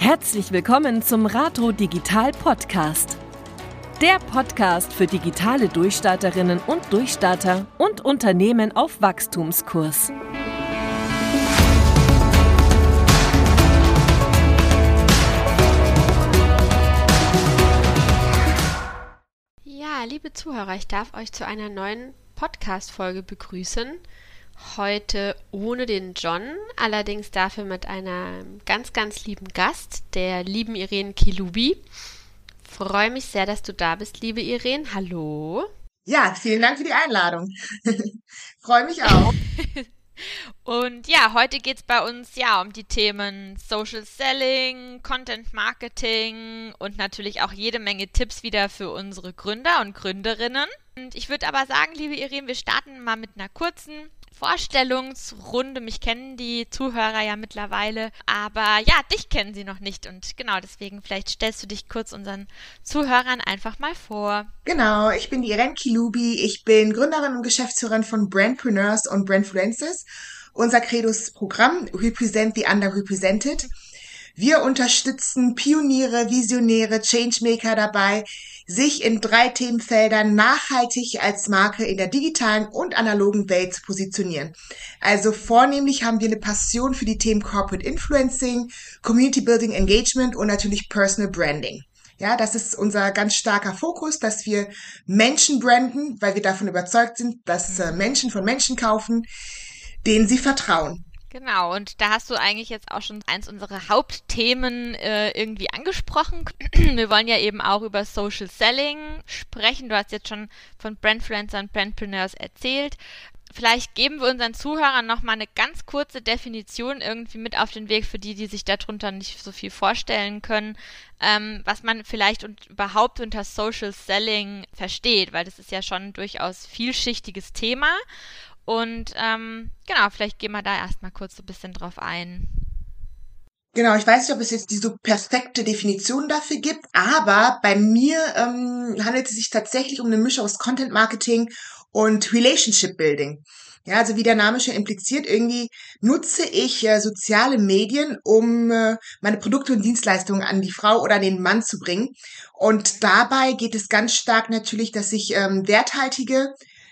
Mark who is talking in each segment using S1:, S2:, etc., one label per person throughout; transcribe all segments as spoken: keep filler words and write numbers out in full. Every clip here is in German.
S1: Herzlich willkommen zum Ratro Digital Podcast. Der Podcast für digitale Durchstarterinnen und Durchstarter und Unternehmen auf Wachstumskurs.
S2: Ja, liebe Zuhörer, ich darf euch zu einer neuen Podcast-Folge begrüßen. Heute ohne den John, allerdings dafür mit einem ganz, ganz lieben Gast, der lieben Irene Kilubi. Freue mich sehr, dass du da bist, liebe Irene. Hallo.
S3: Ja, vielen Dank für die Einladung. Freue mich auch.
S2: Und ja, heute geht es bei uns ja um die Themen Social Selling, Content Marketing und natürlich auch jede Menge Tipps wieder für unsere Gründer und Gründerinnen. Und ich würde aber sagen, liebe Irene, wir starten mal mit einer kurzen Vorstellungsrunde. Mich kennen die Zuhörer ja mittlerweile, aber ja, dich kennen sie noch nicht und genau deswegen vielleicht stellst du dich kurz unseren Zuhörern einfach mal vor.
S3: Genau, ich bin die Irene Kilubi, ich bin Gründerin und Geschäftsführerin von Brandpreneurs und Brandfluencers. Unser Credos-Programm Represent the Underrepresented. Wir unterstützen Pioniere, Visionäre, Changemaker dabei, sich in drei Themenfeldern nachhaltig als Marke in der digitalen und analogen Welt zu positionieren. Also vornehmlich haben wir eine Passion für die Themen Corporate Influencing, Community Building Engagement und natürlich Personal Branding. Ja, das ist unser ganz starker Fokus, dass wir Menschen branden, weil wir davon überzeugt sind, dass äh, Menschen von Menschen kaufen, denen sie vertrauen.
S2: Genau, und da hast du eigentlich jetzt auch schon eins unserer Hauptthemen äh, irgendwie angesprochen. Wir wollen ja eben auch über Social Selling sprechen. Du hast jetzt schon von Brandfluencer und Brandpreneurs erzählt. Vielleicht geben wir unseren Zuhörern nochmal eine ganz kurze Definition irgendwie mit auf den Weg für die, die sich darunter nicht so viel vorstellen können, ähm, was man vielleicht und überhaupt unter Social Selling versteht, weil das ist ja schon ein durchaus vielschichtiges Thema. Und ähm, genau, vielleicht gehen wir da erstmal kurz so ein bisschen drauf ein.
S3: Genau, ich weiß nicht, ob es jetzt diese perfekte Definition dafür gibt, aber bei mir ähm, handelt es sich tatsächlich um eine Mischung aus Content Marketing und Relationship Building. Ja, also wie der Name schon impliziert, irgendwie nutze ich äh, soziale Medien, um äh, meine Produkte und Dienstleistungen an die Frau oder an den Mann zu bringen. Und dabei geht es ganz stark natürlich, dass ich ähm, werthaltige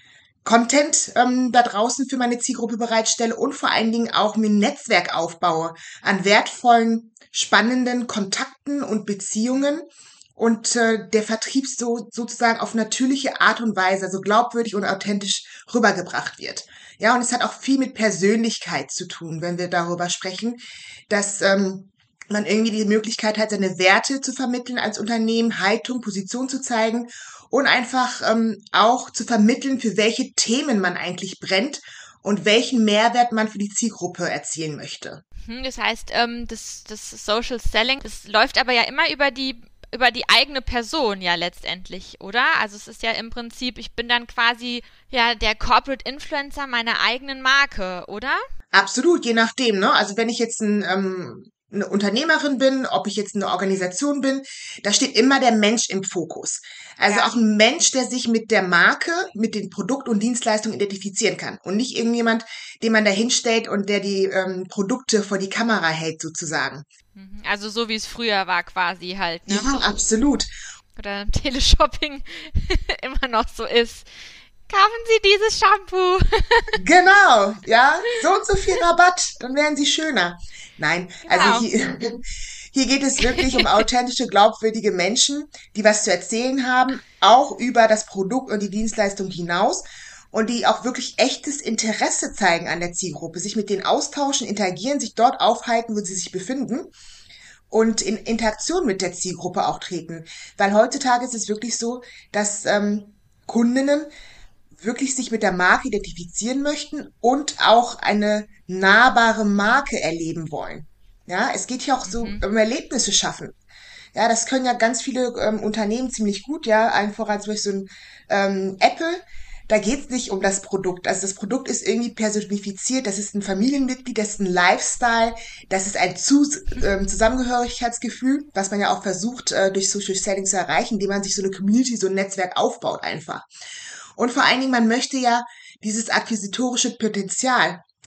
S3: Content ähm, da draußen für meine Zielgruppe bereitstelle und vor allen Dingen auch mir ein Netzwerk aufbaue an wertvollen, spannenden Kontakten und Beziehungen und äh, der Vertrieb so sozusagen auf natürliche Art und Weise, also glaubwürdig und authentisch rübergebracht wird. Ja, und es hat auch viel mit Persönlichkeit zu tun, wenn wir darüber sprechen, dass ähm, man irgendwie die Möglichkeit hat, seine Werte zu vermitteln als Unternehmen, Haltung, Position zu zeigen und einfach ähm, auch zu vermitteln, für welche Themen man eigentlich brennt und welchen Mehrwert man für die Zielgruppe erzielen möchte.
S2: Das heißt, ähm, das, das Social Selling, das läuft aber ja immer über die über die eigene Person ja letztendlich, oder? Also es ist ja im Prinzip, ich bin dann quasi ja der Corporate Influencer meiner eigenen Marke, oder?
S3: Absolut, je nachdem, ne? Also wenn ich jetzt ein ähm, eine Unternehmerin bin, ob ich jetzt eine Organisation bin, da steht immer der Mensch im Fokus. Also
S2: Ja.
S3: auch ein Mensch, der sich mit der Marke, mit den Produkt und Dienstleistungen identifizieren kann und nicht irgendjemand, den man da hinstellt und der die ähm, Produkte vor die Kamera hält sozusagen.
S2: Also so wie es früher war quasi halt, ne?
S3: Ja, absolut.
S2: Oder Teleshopping immer noch so ist. Kaufen Sie dieses Shampoo.
S3: Genau, ja, so und so viel Rabatt, dann wären sie schöner. Nein,
S2: Genau.
S3: also hier, hier geht es wirklich um authentische, glaubwürdige Menschen, die was zu erzählen haben, auch über das Produkt und die Dienstleistung hinaus und die auch wirklich echtes Interesse zeigen an der Zielgruppe, sich mit denen austauschen, interagieren, sich dort aufhalten, wo sie sich befinden und in Interaktion mit der Zielgruppe auch treten. Weil heutzutage ist es wirklich so, dass ähm, Kundinnen wirklich sich mit der Marke identifizieren möchten und auch eine nahbare Marke erleben wollen. Ja, es geht hier auch so
S2: Mhm.
S3: um Erlebnisse schaffen. Ja, das können ja ganz viele ähm, Unternehmen ziemlich gut, ja, einfach als durch so ein ähm, Apple. Da geht's nicht um das Produkt. Also das Produkt ist irgendwie personifiziert, das ist ein Familienmitglied, das ist ein Lifestyle, das ist ein Zus ähm, Zusammengehörigkeitsgefühl, was man ja auch versucht, äh, durch Social Selling zu erreichen, indem man sich so eine Community, so ein Netzwerk aufbaut einfach. Und vor allen Dingen, man möchte ja dieses akquisitorische Potenzial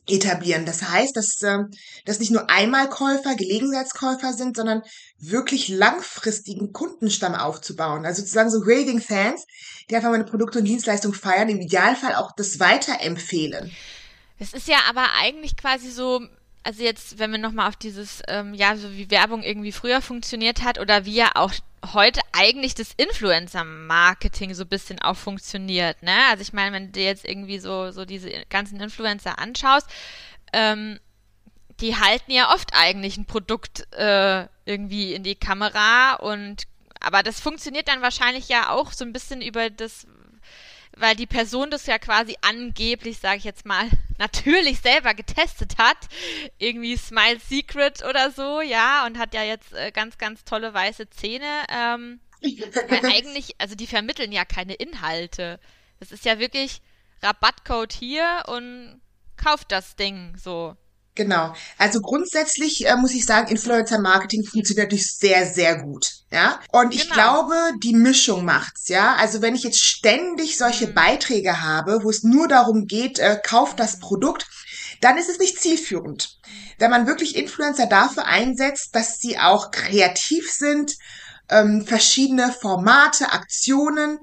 S3: etablieren. Das heißt, dass ähm, das nicht nur Einmalkäufer, Gelegenheitskäufer sind, sondern wirklich langfristigen Kundenstamm aufzubauen. Also sozusagen so raving Fans, die einfach meine Produkte und Dienstleistungen feiern, im Idealfall auch das weiterempfehlen.
S2: Es ist ja aber eigentlich quasi so, also jetzt, wenn wir nochmal auf dieses, ähm, ja, so wie Werbung irgendwie früher funktioniert hat oder wie ja auch heute eigentlich das Influencer-Marketing so ein bisschen auch funktioniert, ne? Also ich meine, wenn du dir jetzt irgendwie so, so diese ganzen Influencer anschaust, ähm, die halten ja oft eigentlich ein Produkt äh, irgendwie in die Kamera und aber das funktioniert dann wahrscheinlich ja auch so ein bisschen über das, weil die Person das ja quasi angeblich, sage ich jetzt mal, natürlich selber getestet hat, irgendwie Smile Secret oder so, ja, und hat ja jetzt äh, ganz, ganz tolle weiße Zähne, ähm, weil eigentlich, also die vermitteln ja keine Inhalte. Das ist ja wirklich Rabattcode hier und kauft das Ding, so.
S3: Genau. Also grundsätzlich äh, muss ich sagen, Influencer-Marketing funktioniert natürlich sehr, sehr gut. Ja. Und ich
S2: Genau.
S3: glaube, die Mischung macht's, ja. Also wenn ich jetzt ständig solche
S2: Mhm.
S3: Beiträge habe, wo es nur darum geht, äh, kauft das Produkt, dann ist es nicht zielführend. Wenn man wirklich Influencer dafür einsetzt, dass sie auch kreativ sind, ähm, verschiedene Formate, Aktionen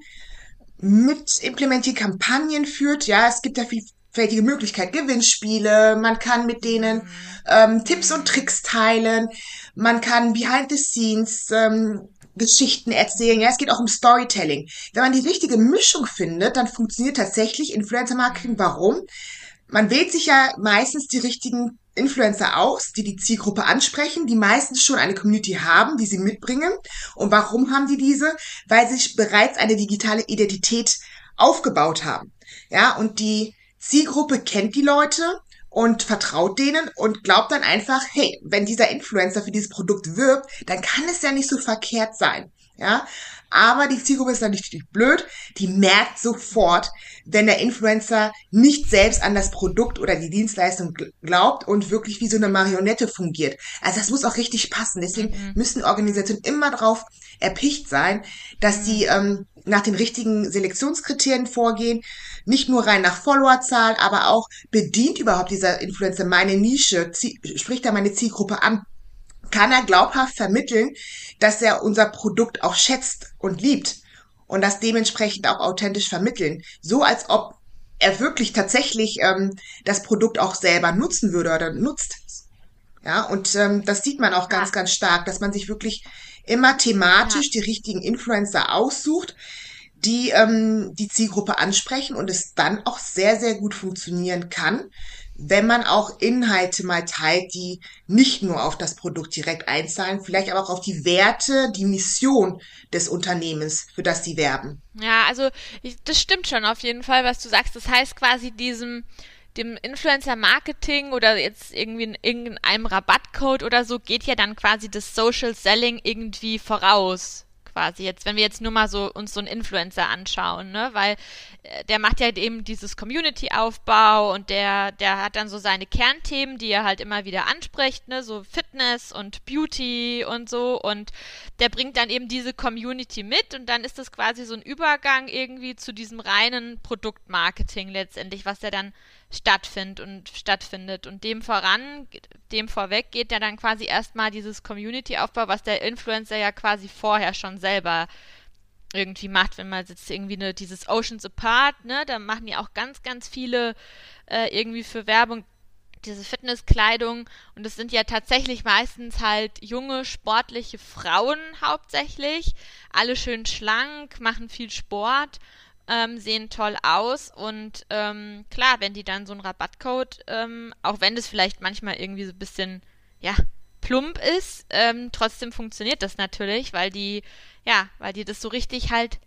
S3: mit implementiert, Kampagnen führt, ja, es gibt ja vielfältige Möglichkeiten, Gewinnspiele, man kann mit denen ähm, Tipps und Tricks teilen, man kann behind the scenes ähm, Geschichten erzählen, ja, es geht auch um Storytelling. Wenn man die richtige Mischung findet, dann funktioniert tatsächlich Influencer-Marketing. Warum? Man wählt sich ja meistens die richtigen Influencer aus, die die Zielgruppe ansprechen, die meistens schon eine Community haben, die sie mitbringen. Und warum haben die diese? Weil sie bereits eine digitale Identität aufgebaut haben. Ja, und die Zielgruppe kennt die Leute und vertraut denen und glaubt dann einfach, hey, wenn dieser Influencer für dieses Produkt wirbt, dann kann es ja nicht so verkehrt sein. Ja, aber die Zielgruppe ist dann nicht blöd, die merkt sofort, wenn der Influencer nicht selbst an das Produkt oder die Dienstleistung glaubt und wirklich wie so eine Marionette fungiert. Also das muss auch richtig passen. Deswegen
S2: Mhm.
S3: müssen Organisationen immer darauf erpicht sein, dass sie ähm, nach den richtigen Selektionskriterien vorgehen, nicht nur rein nach Followerzahl, aber auch bedient überhaupt dieser Influencer meine Nische, zie- spricht er meine Zielgruppe an, kann er glaubhaft vermitteln, dass er unser Produkt auch schätzt und liebt und das dementsprechend auch authentisch vermitteln, so als ob er wirklich tatsächlich ähm, das Produkt auch selber nutzen würde oder nutzt. Ja, und ähm, das sieht man auch ganz,
S2: Ja.
S3: ganz stark, dass man sich wirklich immer thematisch
S2: Ja.
S3: die richtigen Influencer aussucht, die ähm, die Zielgruppe ansprechen und es dann auch sehr, sehr gut funktionieren kann, wenn man auch Inhalte mal teilt, die nicht nur auf das Produkt direkt einzahlen, vielleicht aber auch auf die Werte, die Mission des Unternehmens, für das sie werben.
S2: Ja, also ich, das stimmt schon auf jeden Fall, was du sagst. Das heißt quasi diesem dem Influencer-Marketing oder jetzt irgendwie in irgendeinem Rabattcode oder so geht ja dann quasi das Social Selling irgendwie voraus. Quasi jetzt, wenn wir jetzt nur mal so uns so einen Influencer anschauen, ne, weil äh, der macht ja eben dieses Community-Aufbau und der, der hat dann so seine Kernthemen, die er halt immer wieder anspricht, ne, so Fitness und Beauty und so und der bringt dann eben diese Community mit und dann ist das quasi so ein Übergang irgendwie zu diesem reinen Produktmarketing letztendlich, was ja dann stattfindet und stattfindet und dem voran, dem vorweg geht ja dann quasi erstmal dieses Community-Aufbau, was der Influencer ja quasi vorher schon selber irgendwie macht, wenn man jetzt irgendwie ne, dieses Oceans Apart, ne, da machen die auch ganz, ganz viele äh, irgendwie für Werbung diese Fitnesskleidung und es sind ja tatsächlich meistens halt junge, sportliche Frauen hauptsächlich, alle schön schlank, machen viel Sport, ähm, sehen toll aus und ähm, klar, wenn die dann so einen Rabattcode, ähm, auch wenn das vielleicht manchmal irgendwie so ein bisschen, ja, plump ist, ähm, trotzdem funktioniert das natürlich, weil die, ja, weil die das so richtig halt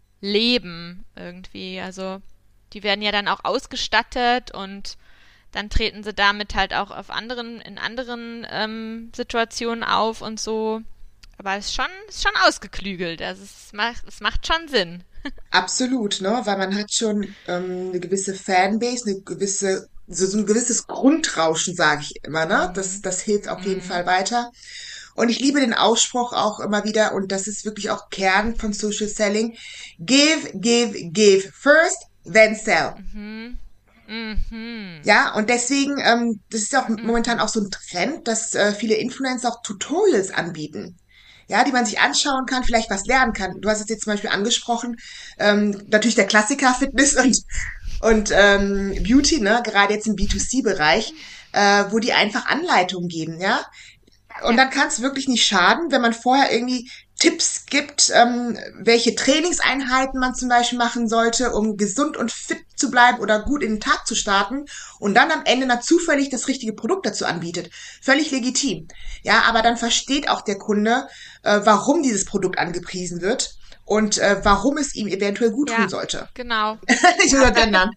S2: leben irgendwie, also die werden ja dann auch ausgestattet und dann treten sie damit halt auch auf anderen, in anderen ähm, Situationen auf und so. Aber es ist schon, ist schon ausgeklügelt. Also es macht, es macht schon Sinn.
S3: Absolut, ne? Weil man hat schon ähm, eine gewisse Fanbase, eine gewisse, so, so ein gewisses Grundrauschen, sage ich immer, ne? Das,
S2: Mhm.
S3: das hilft auf jeden
S2: Mhm.
S3: Fall weiter. Und ich liebe den Ausspruch auch immer wieder, und das ist wirklich auch Kern von Social Selling. Give, give, give first, then sell.
S2: Mhm. Mhm.
S3: Ja, und deswegen, ähm, das ist ja auch momentan auch so ein Trend, dass äh, viele Influencer auch Tutorials anbieten. Ja, die man sich anschauen kann, vielleicht was lernen kann. Du hast es jetzt zum Beispiel angesprochen, ähm, natürlich der Klassiker Fitness und, und ähm, Beauty, ne, gerade jetzt im B zwei C-Bereich, äh, wo die einfach Anleitungen geben, ja. Und
S2: Ja.
S3: dann kann es wirklich nicht schaden, wenn man vorher irgendwie Tipps gibt, ähm, welche Trainingseinheiten man zum Beispiel machen sollte, um gesund und fit zu bleiben oder gut in den Tag zu starten und dann am Ende dann zufällig das richtige Produkt dazu anbietet. Völlig legitim. Ja, aber dann versteht auch der Kunde, äh, warum dieses Produkt angepriesen wird und äh, warum es ihm eventuell gut tun
S2: Ja,
S3: sollte.
S2: genau.
S3: Nicht nur gendern.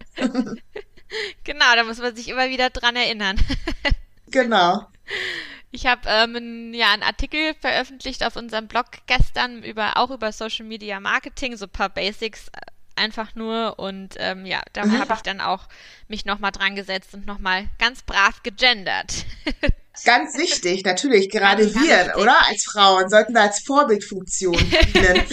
S2: Genau, da muss man sich immer wieder dran erinnern.
S3: Genau.
S2: Ich habe ähm, ein- ja einen Artikel veröffentlicht auf unserem Blog gestern über auch über Social Media Marketing, so ein paar Basics äh, einfach nur und ähm, ja, da
S3: Mhm.
S2: habe ich dann auch mich nochmal dran gesetzt und nochmal ganz brav gegendert.
S3: Ganz wichtig, natürlich. Gerade
S2: Ganz, ganz
S3: wir,
S2: wichtig.
S3: oder? Als Frauen sollten da als Vorbildfunktion dienen.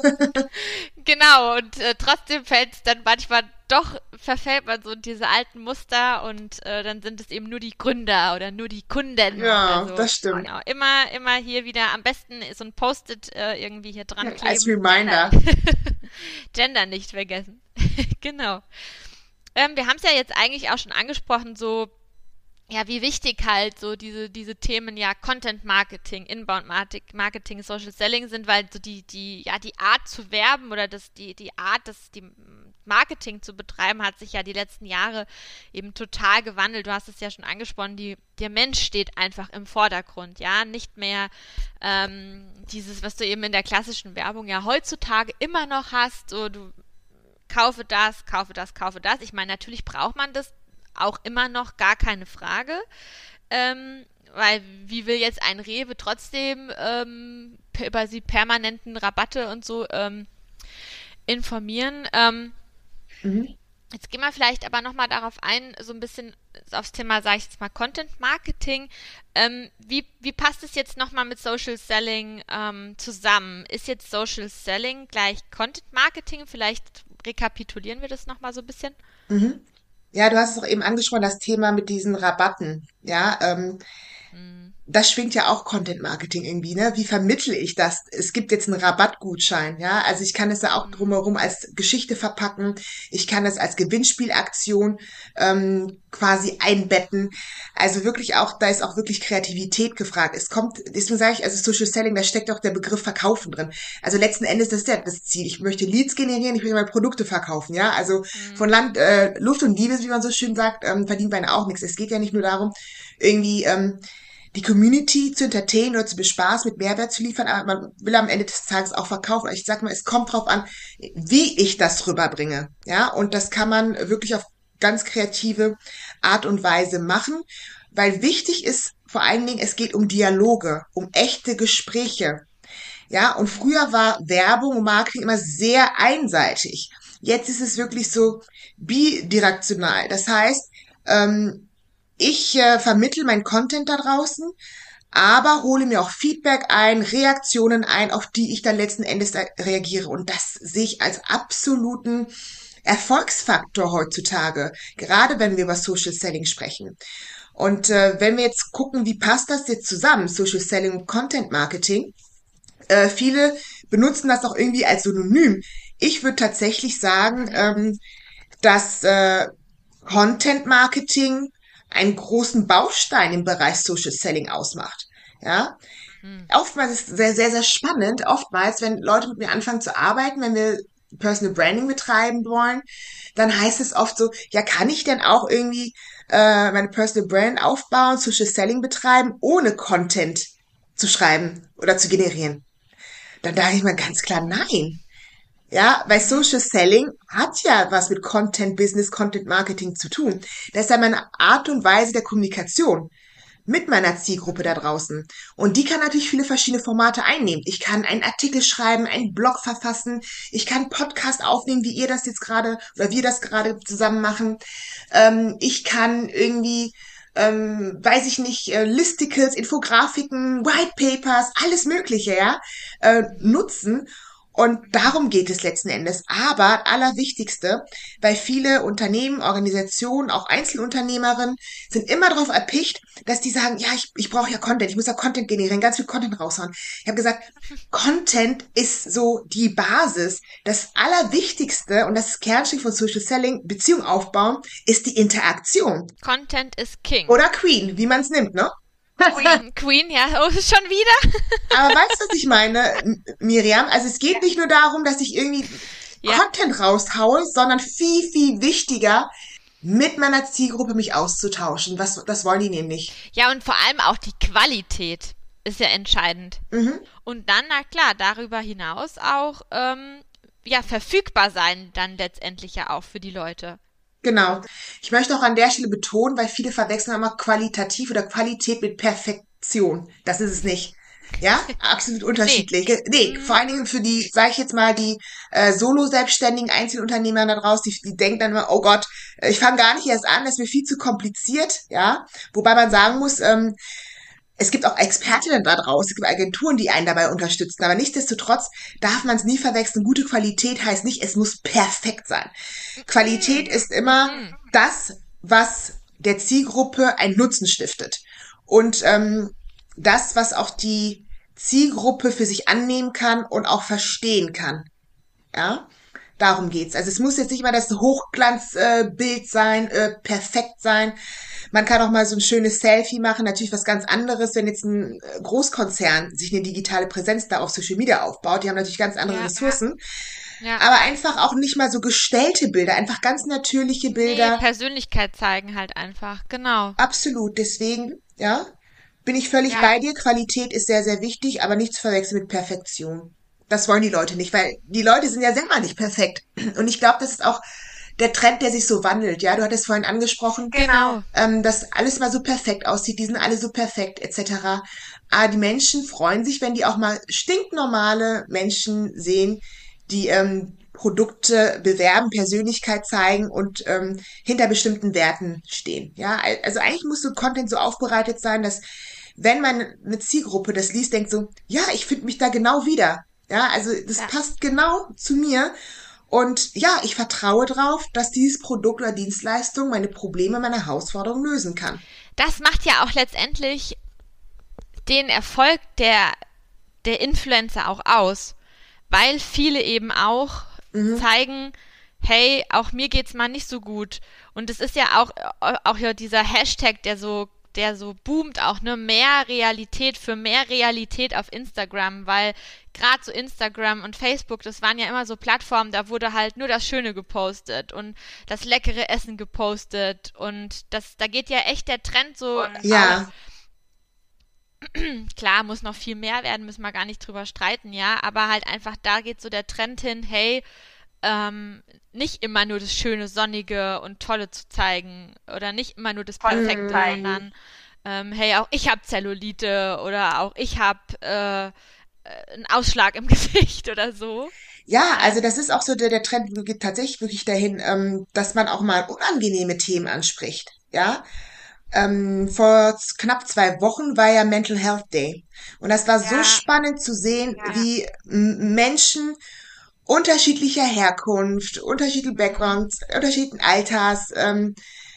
S2: Genau, und äh, trotzdem fällt es dann manchmal doch, verfällt man so in diese alten Muster und äh, dann sind es eben nur die Gründer oder nur die Kunden
S3: Ja,
S2: oder so.
S3: das stimmt.
S2: Genau, immer, immer hier wieder am besten so ein Post-it äh, irgendwie hier dran kleben.
S3: Als Reminder.
S2: Gender nicht vergessen. Genau. Ähm, wir haben es ja jetzt eigentlich auch schon angesprochen, so ja, wie wichtig halt so diese, diese Themen ja Content Marketing, Inbound Marketing, Social Selling sind, weil so die, die, ja, die Art zu werben oder das, die, die Art, das, die Marketing zu betreiben, hat sich ja die letzten Jahre eben total gewandelt. Du hast es ja schon angesprochen, die, der Mensch steht einfach im Vordergrund, ja, nicht mehr ähm, dieses, was du eben in der klassischen Werbung ja heutzutage immer noch hast, so du kaufe das, kaufe das, kaufe das. Ich meine, natürlich braucht man das auch immer noch, gar keine Frage. Ähm, weil wie will jetzt ein Rewe trotzdem ähm, über die permanenten Rabatte und so ähm, informieren? Ähm,
S3: Mhm.
S2: Jetzt gehen wir vielleicht aber nochmal darauf ein, so ein bisschen aufs Thema, sage ich jetzt mal, Content Marketing. Ähm, wie, wie passt es jetzt nochmal mit Social Selling ähm, zusammen? Ist jetzt Social Selling gleich Content Marketing? Vielleicht rekapitulieren wir das nochmal so ein bisschen.
S3: Mhm. Ja, du hast es auch eben angesprochen, das Thema mit diesen Rabatten. Ja, ähm,
S2: Hm.
S3: das schwingt ja auch Content Marketing irgendwie, ne? Wie vermittle ich das? Es gibt jetzt einen Rabattgutschein, ja? Also ich kann es ja auch
S2: Hm.
S3: drumherum als Geschichte verpacken. Ich kann es als Gewinnspielaktion ähm, quasi einbetten. Also wirklich auch, da ist auch wirklich Kreativität gefragt. Es kommt, deswegen sage ich, also Social Selling, da steckt auch der Begriff Verkaufen drin. Also letzten Endes, das ist ja das Ziel. Ich möchte Leads generieren, ich möchte meine Produkte verkaufen, ja? Also von
S2: Hm.
S3: Land, äh, Luft und Liebe, wie man so schön sagt, ähm, verdient man auch nichts. Es geht ja nicht nur darum, irgendwie ähm, die Community zu entertainen oder zu bespaßen, mit Mehrwert zu liefern, aber man will am Ende des Tages auch verkaufen. Ich sag mal, es kommt drauf an, wie ich das rüberbringe. Ja, und das kann man wirklich auf ganz kreative Art und Weise machen, weil wichtig ist vor allen Dingen, es geht um Dialoge, um echte Gespräche. Ja, und früher war Werbung und Marketing immer sehr einseitig. Jetzt ist es wirklich so bidirektional. Das heißt, ähm, ich äh, vermittle meinen Content da draußen, aber hole mir auch Feedback ein, Reaktionen ein, auf die ich dann letzten Endes da reagiere. Und das sehe ich als absoluten Erfolgsfaktor heutzutage, gerade wenn wir über Social Selling sprechen. Und äh, wenn wir jetzt gucken, wie passt das jetzt zusammen, Social Selling und Content Marketing, äh, viele benutzen das auch irgendwie als Synonym. Ich würde tatsächlich sagen, ähm, dass äh, Content Marketing einen großen Baustein im Bereich Social Selling ausmacht. Ja,
S2: Hm.
S3: oftmals ist es sehr, sehr, sehr spannend. Oftmals, wenn Leute mit mir anfangen zu arbeiten, wenn wir Personal Branding betreiben wollen, dann heißt es oft so, ja, kann ich denn auch irgendwie äh, meine Personal Brand aufbauen, Social Selling betreiben, ohne Content zu schreiben oder zu generieren? Dann sage ich mal ganz klar nein. Ja, weil
S2: Mhm.
S3: Social Selling hat ja was mit Content Business, Content Marketing zu tun. Das ist ja meine Art und Weise der Kommunikation mit meiner Zielgruppe da draußen. Und die kann natürlich viele verschiedene Formate einnehmen. Ich kann einen Artikel schreiben, einen Blog verfassen, ich kann einen Podcast aufnehmen, wie ihr das jetzt gerade oder wir das gerade zusammen machen. Ähm, ich kann irgendwie, ähm, weiß ich nicht, äh, Listicles, Infografiken, White Papers, alles Mögliche, ja, äh, nutzen. Und darum geht es letzten Endes. Aber allerwichtigste, weil viele Unternehmen, Organisationen, auch Einzelunternehmerinnen sind immer darauf erpicht, dass die sagen, ja, ich, ich brauche ja Content, ich muss ja Content generieren, ganz viel Content raushauen. Ich habe gesagt, Content ist so die Basis. Das Allerwichtigste und das Kernstück von Social Selling, Beziehung aufbauen, ist die Interaktion.
S2: Content is King.
S3: Oder Queen, wie man es nimmt, ne?
S2: Queen, Queen, ja, oh, schon wieder.
S3: Aber weißt du, was ich meine, Miriam? Also es geht nicht nur darum, dass ich irgendwie ja. Content raushaue, sondern viel, viel wichtiger, mit meiner Zielgruppe mich auszutauschen. Was, das wollen die nämlich.
S2: Ja, und vor allem auch die Qualität ist ja entscheidend.
S3: Mhm.
S2: Und dann, na klar, darüber hinaus auch ähm, ja verfügbar sein dann letztendlich ja auch für die Leute.
S3: Genau. Ich möchte auch an der Stelle betonen, weil viele verwechseln immer qualitativ oder Qualität mit Perfektion. Das ist es nicht. Ja, absolut unterschiedlich. Nee, nee vor allen Dingen für die, sage ich jetzt mal, die äh, Solo-Selbstständigen, Einzelunternehmer da draußen, die, die denken dann immer, oh Gott, ich fange gar nicht erst an, das ist mir viel zu kompliziert. Ja, wobei man sagen muss, ähm, es gibt auch Expertinnen da draußen, es gibt Agenturen, die einen dabei unterstützen, aber nichtsdestotrotz darf man es nie verwechseln. Gute Qualität heißt nicht, es muss perfekt sein. Qualität ist immer das, was der Zielgruppe einen Nutzen stiftet. Und ähm, das, was auch die Zielgruppe für sich annehmen kann und auch verstehen kann. Ja, darum geht's. Also es muss jetzt nicht mal das Hochglanzbild äh, sein, äh, perfekt sein. Man kann auch mal so ein schönes Selfie machen, natürlich was ganz anderes, wenn jetzt ein Großkonzern sich eine digitale Präsenz da auf Social Media aufbaut. Die haben natürlich ganz andere ja, Ressourcen. Ja. Aber einfach auch nicht mal so gestellte Bilder, einfach ganz natürliche Bilder.
S2: Nee, Persönlichkeit zeigen halt einfach, genau.
S3: Absolut, deswegen, ja, bin ich völlig ja. bei dir. Qualität ist sehr, sehr wichtig, aber nicht zu verwechseln mit Perfektion. Das wollen die Leute nicht, weil die Leute sind ja selber nicht perfekt. Und ich glaube, das ist auch der Trend, der sich so wandelt, ja, du hattest vorhin angesprochen,
S2: genau,
S3: ähm, dass alles mal so perfekt aussieht, die sind alle so perfekt, et cetera. Aber die Menschen freuen sich, wenn die auch mal stinknormale Menschen sehen, die ähm, Produkte bewerben, Persönlichkeit zeigen und ähm, hinter bestimmten Werten stehen. Ja, also eigentlich muss so Content so aufbereitet sein, dass wenn man eine Zielgruppe das liest, denkt so, ja, ich finde mich da genau wieder. Ja, also das ja. passt genau zu mir. Und ja, ich vertraue drauf, dass dieses Produkt oder Dienstleistung meine Probleme, meine Herausforderungen lösen kann.
S2: Das macht ja auch letztendlich den Erfolg der, der Influencer auch aus, weil viele eben auch mhm. zeigen, hey, auch mir geht's mal nicht so gut. Und es ist ja auch, auch ja dieser Hashtag, der so der so boomt auch, ne, mehr Realität für mehr Realität auf Instagram, weil gerade so Instagram und Facebook, das waren ja immer so Plattformen, da wurde halt nur das Schöne gepostet und das leckere Essen gepostet und das, da geht ja echt der Trend so
S3: ja.
S2: auf. Klar, muss noch viel mehr werden, müssen wir gar nicht drüber streiten, ja, aber halt einfach, da geht so der Trend hin, hey, ähm, nicht immer nur das schöne, sonnige und tolle zu zeigen oder nicht immer nur das Perfekte, mm. sondern ähm, hey, auch ich habe Zellulite oder auch ich habe äh, einen Ausschlag im Gesicht oder so.
S3: Ja, also das ist auch so, der, der Trend geht tatsächlich wirklich dahin, ähm, dass man auch mal unangenehme Themen anspricht, ja. Ähm, vor knapp zwei Wochen war ja Mental Health Day und das war ja. so spannend zu sehen, ja. wie m- Menschen unterschiedlicher Herkunft, unterschiedliche Backgrounds, unterschiedlichen Alters, ähm,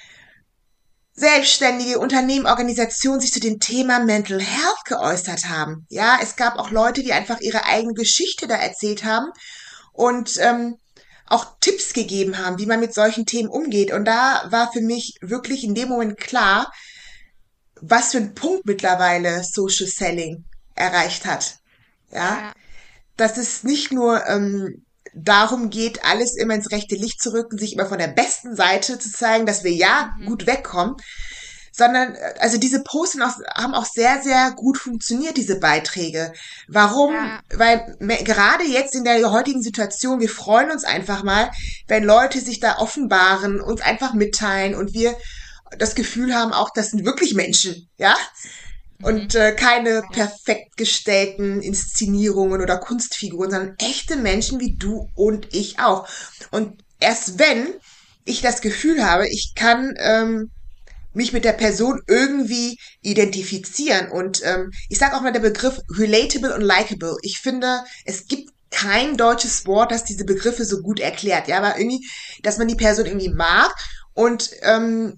S3: Selbstständige, Unternehmen, Organisationen sich zu dem Thema Mental Health geäußert haben. Ja, es gab auch Leute, die einfach ihre eigene Geschichte da erzählt haben und ähm, auch Tipps gegeben haben, wie man mit solchen Themen umgeht. Und da war für mich wirklich in dem Moment klar, was für ein Punkt mittlerweile Social Selling erreicht hat. Ja. ja. Dass es nicht nur ähm, darum geht, alles immer ins rechte Licht zu rücken, sich immer von der besten Seite zu zeigen, dass wir ja mhm. gut wegkommen, sondern, also diese Posts auch, haben auch sehr, sehr gut funktioniert, diese Beiträge. Warum? Ja. Weil me- gerade jetzt in der heutigen Situation, wir freuen uns einfach mal, wenn Leute sich da offenbaren, uns einfach mitteilen und wir das Gefühl haben, auch das sind wirklich Menschen, ja? Und äh, keine perfekt gestellten Inszenierungen oder Kunstfiguren, sondern echte Menschen wie du und ich auch. Und erst wenn ich das Gefühl habe, ich kann ähm, mich mit der Person irgendwie identifizieren und ähm, ich sage auch mal der Begriff relatable und likable. Ich finde, es gibt kein deutsches Wort, das diese Begriffe so gut erklärt. Ja, aber irgendwie, dass man die Person irgendwie mag und ähm,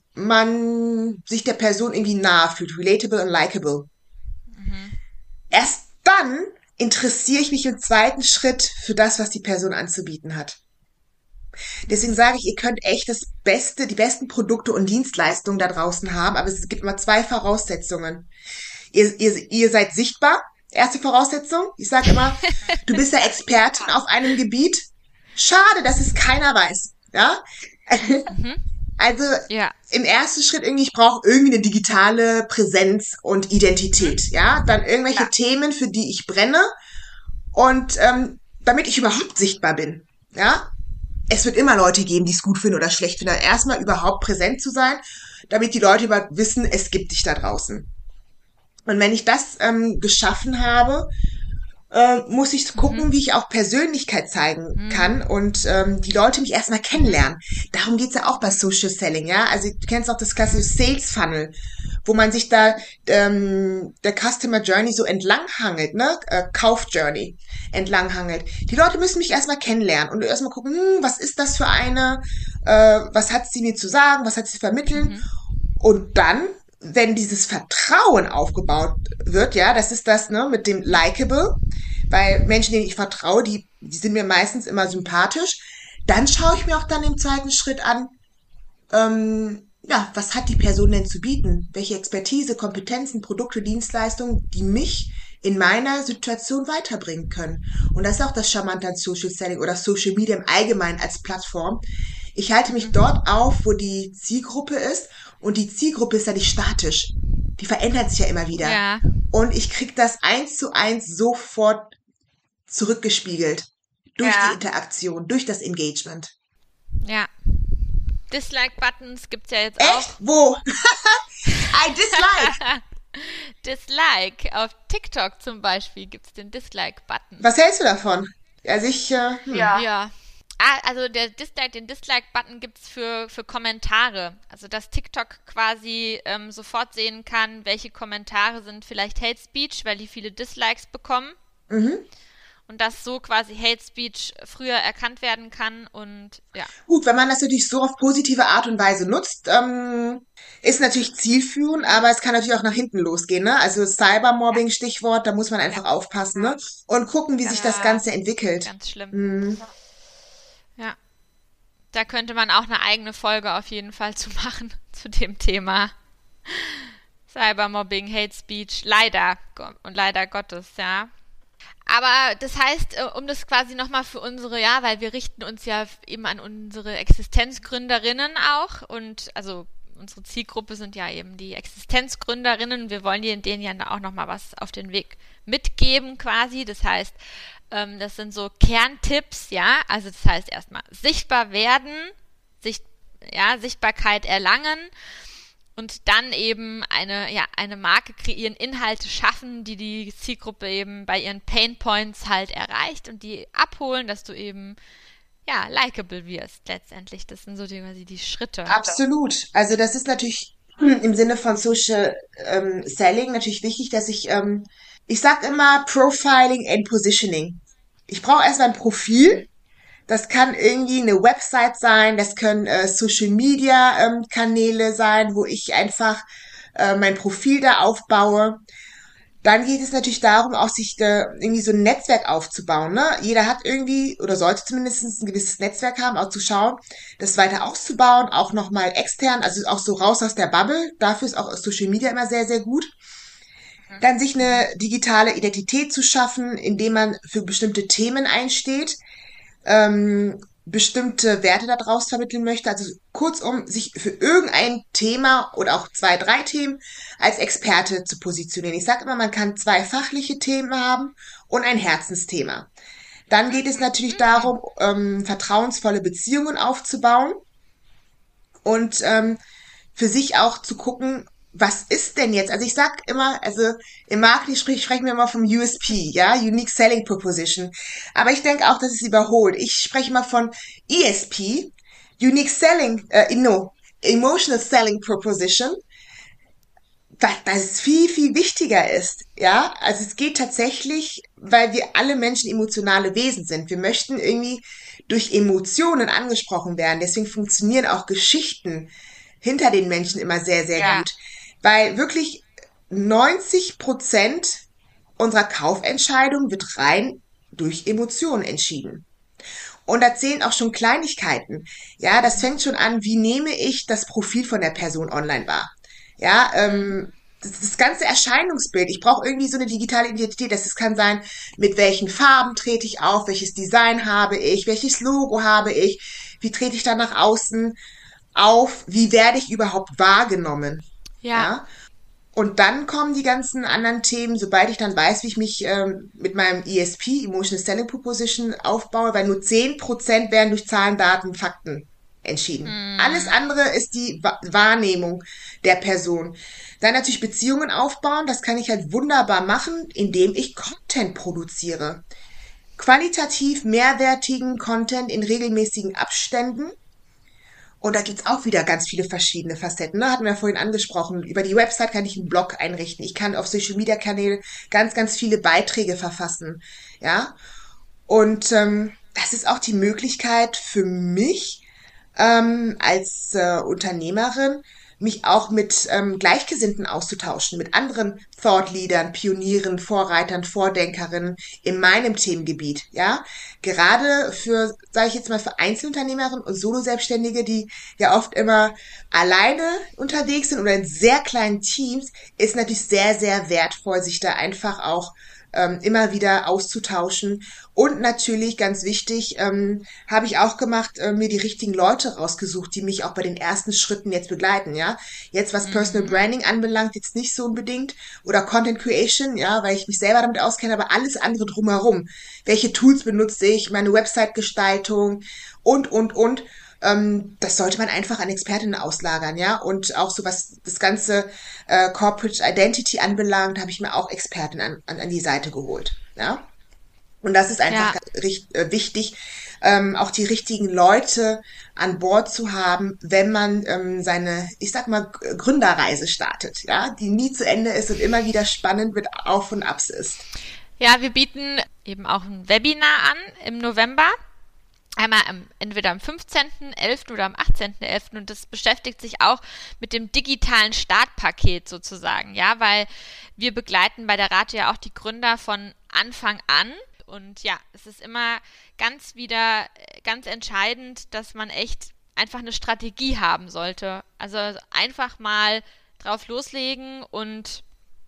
S3: man sich der Person irgendwie nahe fühlt. Relatable und likable.
S2: Mhm.
S3: Erst dann interessiere ich mich im zweiten Schritt für das, was die Person anzubieten hat. Deswegen sage ich, ihr könnt echt das Beste, die besten Produkte und Dienstleistungen da draußen haben, aber es gibt immer zwei Voraussetzungen. Ihr, ihr, ihr seid sichtbar, erste Voraussetzung. Ich sage immer, du bist ja Expertin auf einem Gebiet. Schade, dass es keiner weiß. Ja?
S2: Mhm.
S3: Also
S2: Ja.
S3: im ersten Schritt irgendwie, ich brauche irgendwie eine digitale Präsenz und Identität. Ja, dann irgendwelche
S2: Ja.
S3: Themen, für die ich brenne und ähm, damit ich überhaupt sichtbar bin. Ja, es wird immer Leute geben, die es gut finden oder schlecht finden. Erstmal überhaupt präsent zu sein, damit die Leute überhaupt wissen, es gibt dich da draußen. Und wenn ich das ähm, geschaffen habe, äh, muss ich gucken,
S2: Mhm.
S3: wie ich auch Persönlichkeit zeigen
S2: Mhm.
S3: kann und ähm, die Leute mich erstmal kennenlernen. Darum geht's ja auch bei Social Selling, ja. Also du kennst auch das klassische Sales Funnel, wo man sich da ähm, der Customer Journey so entlanghangelt, ne? Äh, Kauf Journey entlanghangelt. Die Leute müssen mich erstmal kennenlernen und erstmal gucken, hm, was ist das für eine, äh, was hat sie mir zu sagen, was hat sie vermitteln.
S2: Mhm.
S3: Und dann, wenn dieses Vertrauen aufgebaut wird, ja, das ist das, ne, mit dem Likeable, weil Menschen, denen ich vertraue, die, die sind mir meistens immer sympathisch, dann schaue ich mir auch dann im zweiten Schritt an, ähm, ja, was hat die Person denn zu bieten? Welche Expertise, Kompetenzen, Produkte, Dienstleistungen, die mich in meiner Situation weiterbringen können. Und das ist auch das Charmante an Social Selling oder Social Media im Allgemeinen als Plattform. Ich halte mich dort auf, wo die Zielgruppe ist. Und die Zielgruppe ist ja nicht statisch. Die verändert sich ja immer wieder.
S2: Ja.
S3: Und ich krieg das eins zu eins sofort zurückgespiegelt. Durch
S2: Ja.
S3: die Interaktion, durch das Engagement.
S2: Ja. Dislike-Buttons gibt's ja jetzt
S3: Echt?
S2: auch.
S3: Wo? I dislike.
S2: Dislike. Auf TikTok zum Beispiel gibt's den Dislike-Button.
S3: Was hältst du davon? Also ich, äh, hm.
S4: Ja.
S2: Ja. Ah, also der Dislike, den Dislike-Button gibt's für, für Kommentare. Also dass TikTok quasi ähm, sofort sehen kann, welche Kommentare sind vielleicht Hate Speech, weil die viele Dislikes bekommen.
S3: Mhm.
S2: Und dass so quasi Hate Speech früher erkannt werden kann und ja.
S3: Gut, wenn man das natürlich so auf positive Art und Weise nutzt, ähm, ist natürlich zielführend, aber es kann natürlich auch nach hinten losgehen, ne? Also Cybermobbing, Stichwort, da muss man einfach aufpassen, ne? Und gucken, wie sich das
S2: Ja.
S3: Ganze entwickelt.
S2: Ganz schlimm.
S3: Mhm.
S2: Ja. Da könnte man auch eine eigene Folge auf jeden Fall zu machen, zu dem Thema. Cybermobbing, Hate Speech, leider und leider Gottes, ja. Aber das heißt, äh, um das quasi nochmal für unsere, ja, weil wir richten uns ja eben an unsere Existenzgründerinnen auch und also unsere Zielgruppe sind ja eben die Existenzgründerinnen. Wir wollen denen ja auch nochmal was auf den Weg mitgeben quasi. Das heißt, ähm, das sind so Kerntipps, ja. Also das heißt erstmal sichtbar werden, Sicht, ja, Sichtbarkeit erlangen. Und dann eben eine, ja, eine Marke kreieren, Inhalte schaffen, die die Zielgruppe eben bei ihren Painpoints halt erreicht und die abholen, dass du eben, ja, likable wirst letztendlich. Das sind so die, quasi die Schritte.
S3: Absolut. Also das ist natürlich im Sinne von Social ähm, Selling natürlich wichtig, dass ich, ähm, ich sag immer Profiling and Positioning. Ich brauche erstmal ein Profil. Das kann irgendwie eine Website sein, das können äh, Social Media ähm, Kanäle sein, wo ich einfach äh, mein Profil da aufbaue. Dann geht es natürlich darum, auch sich da irgendwie so ein Netzwerk aufzubauen. Ne? Jeder hat irgendwie oder sollte zumindest ein gewisses Netzwerk haben, auch zu schauen, das weiter auszubauen, auch nochmal extern, also auch so raus aus der Bubble. Dafür ist auch Social Media immer sehr, sehr gut. Dann sich eine digitale Identität zu schaffen, indem man für bestimmte Themen einsteht. Ähm, bestimmte Werte daraus vermitteln möchte. Also kurzum, sich für irgendein Thema oder auch zwei, drei Themen als Experte zu positionieren. Ich sage immer, man kann zwei fachliche Themen haben und ein Herzensthema. Dann geht es natürlich darum, ähm, vertrauensvolle Beziehungen aufzubauen und ähm, für sich auch zu gucken, was ist denn jetzt? Also ich sag immer, also im Marketing sprich, sprechen wir immer vom U S P, ja, Unique Selling Proposition. Aber ich denke auch, dass es überholt. Ich spreche immer von E S P, Unique Selling, äh, no, Emotional Selling Proposition. dass das viel, viel wichtiger ist. Ja, also es geht tatsächlich, weil wir alle Menschen emotionale Wesen sind. Wir möchten irgendwie durch Emotionen angesprochen werden. Deswegen funktionieren auch Geschichten hinter den Menschen immer sehr, sehr
S2: Ja.
S3: gut. Weil wirklich neunzig Prozent unserer Kaufentscheidung wird rein durch Emotionen entschieden. Und da zählen auch schon Kleinigkeiten. Ja, das fängt schon an, wie nehme ich das Profil von der Person online wahr? Ja,
S2: Mhm.
S3: ähm, das, das ganze Erscheinungsbild. Ich brauche irgendwie so eine digitale Identität. Das kann sein, mit welchen Farben trete ich auf, welches Design habe ich, welches Logo habe ich, wie trete ich da nach außen auf, wie werde ich überhaupt wahrgenommen?
S2: Ja.
S3: Ja, und dann kommen die ganzen anderen Themen, sobald ich dann weiß, wie ich mich ähm, mit meinem E S P, Emotional Selling Proposition, aufbaue, weil nur zehn Prozent werden durch Zahlen, Daten, Fakten entschieden. Alles
S2: Mhm.
S3: andere ist die Wa- Wahrnehmung der Person. Dann natürlich Beziehungen aufbauen, das kann ich halt wunderbar machen, indem ich Content produziere. Qualitativ mehrwertigen Content in regelmäßigen Abständen, und da gibt's auch wieder ganz viele verschiedene Facetten. Ne? Hatten wir ja vorhin angesprochen. Über die Website kann ich einen Blog einrichten. Ich kann auf Social Media Kanälen ganz, ganz viele Beiträge verfassen. Ja. Und ähm, das ist auch die Möglichkeit für mich ähm, als äh, Unternehmerin, mich auch mit ähm, Gleichgesinnten auszutauschen, mit anderen Thought-Leadern, Pionieren, Vorreitern, Vordenkerinnen in meinem Themengebiet. Ja, gerade für, sage ich jetzt mal, für Einzelunternehmerinnen und Solo-Selbstständige, die ja oft immer alleine unterwegs sind oder in sehr kleinen Teams, ist natürlich sehr, sehr wertvoll, sich da einfach auch ähm, immer wieder auszutauschen. Und natürlich, ganz wichtig, ähm, habe ich auch gemacht, äh, mir die richtigen Leute rausgesucht, die mich auch bei den ersten Schritten jetzt begleiten, ja. Jetzt, was Personal
S2: Mhm.
S3: Branding anbelangt, jetzt nicht so unbedingt. Oder Content Creation, ja, weil ich mich selber damit auskenne, aber alles andere drumherum. Welche Tools benutze ich, meine Website-Gestaltung und, und, und. Ähm, das sollte man einfach an Expertinnen auslagern, ja. Und auch so was das ganze äh, Corporate Identity anbelangt, habe ich mir auch Expertinnen an, an, an die Seite geholt, ja. Und das ist einfach
S2: Ja.
S3: richt, äh, wichtig, ähm, auch die richtigen Leute an Bord zu haben, wenn man ähm, seine, ich sag mal, G- Gründerreise startet, ja, die nie zu Ende ist und immer wieder spannend mit Auf und Abs ist.
S2: Ja, wir bieten eben auch ein Webinar an im November. Einmal am, entweder am fünfzehnten elften oder am achtzehnten elften und das beschäftigt sich auch mit dem digitalen Startpaket sozusagen, ja, weil wir begleiten bei der Rate ja auch die Gründer von Anfang an und ja, es ist immer ganz wieder ganz entscheidend, dass man echt einfach eine Strategie haben sollte. Also einfach mal drauf loslegen und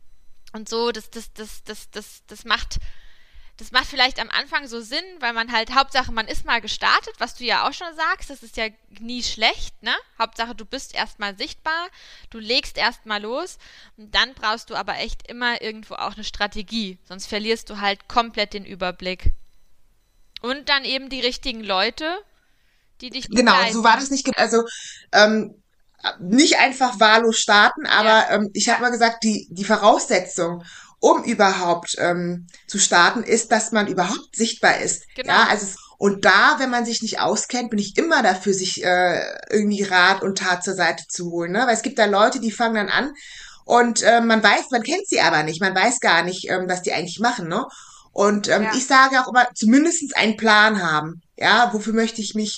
S2: und so, das, das, das, das, das, das macht das macht vielleicht am Anfang so Sinn, weil man halt, Hauptsache man ist mal gestartet, was du ja auch schon sagst, das ist ja nie schlecht, ne? Hauptsache du bist erstmal sichtbar, du legst erstmal los und dann brauchst du aber echt immer irgendwo auch eine Strategie, sonst verlierst du halt komplett den Überblick. Und dann eben die richtigen Leute, die dich
S3: Genau, so war
S2: begleiten.
S3: das nicht. ge- Also ähm, nicht einfach wahllos starten,
S2: Ja,
S3: aber ähm, ich habe mal gesagt, die die Voraussetzung, um überhaupt ähm, zu starten, ist, dass man überhaupt sichtbar ist. Ja,
S2: genau.
S3: also es, und da, wenn man sich nicht auskennt, bin ich immer dafür, sich äh, irgendwie Rat und Tat zur Seite zu holen. Ne? Weil es gibt da Leute, die fangen dann an und äh, man weiß, man kennt sie aber nicht, man weiß gar nicht, ähm, was die eigentlich machen. Ne? Und ähm,
S2: Ja.
S3: ich sage auch immer, zumindestens einen Plan haben. Ja, wofür möchte ich mich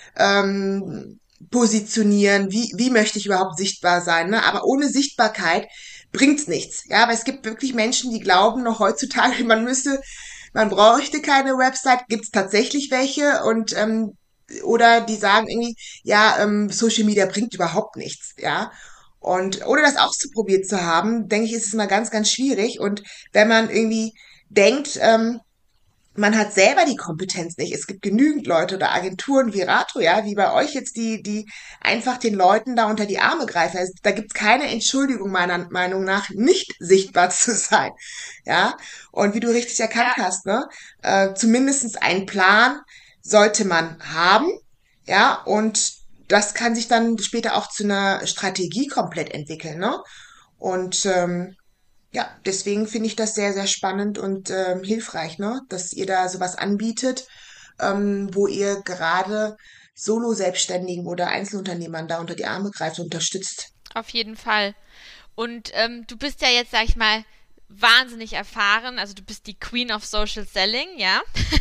S3: ähm, positionieren, wie, wie möchte ich überhaupt sichtbar sein, ne? Aber ohne Sichtbarkeit bringt's nichts. Ja, aber es gibt wirklich Menschen, die glauben noch heutzutage, man müsse, man bräuchte keine Website, gibt's tatsächlich welche und ähm, oder die sagen irgendwie, ja, ähm, Social Media bringt überhaupt nichts, ja. Und ohne das auszuprobiert zu haben, denke ich, ist es mal ganz, ganz schwierig. Und wenn man irgendwie denkt, ähm, man hat selber die Kompetenz nicht. Es gibt genügend Leute oder Agenturen wie Rato, ja, wie bei euch jetzt, die, die einfach den Leuten da unter die Arme greifen. Also, da gibt's keine Entschuldigung meiner Meinung nach, nicht sichtbar zu sein. Ja, und wie du richtig erkannt
S2: Ja.
S3: hast, ne, äh, zumindestens einen Plan sollte man haben. Ja, und das kann sich dann später auch zu einer Strategie komplett entwickeln, ne? Und ähm, ja, deswegen finde ich das sehr, sehr spannend und ähm, hilfreich, ne? Dass ihr da sowas anbietet, ähm, wo ihr gerade Solo-Selbstständigen oder Einzelunternehmern da unter die Arme greift und unterstützt.
S2: Auf jeden Fall. Und ähm, du bist ja jetzt, sag ich mal, wahnsinnig erfahren. Also du bist die Queen of Social Selling, ja?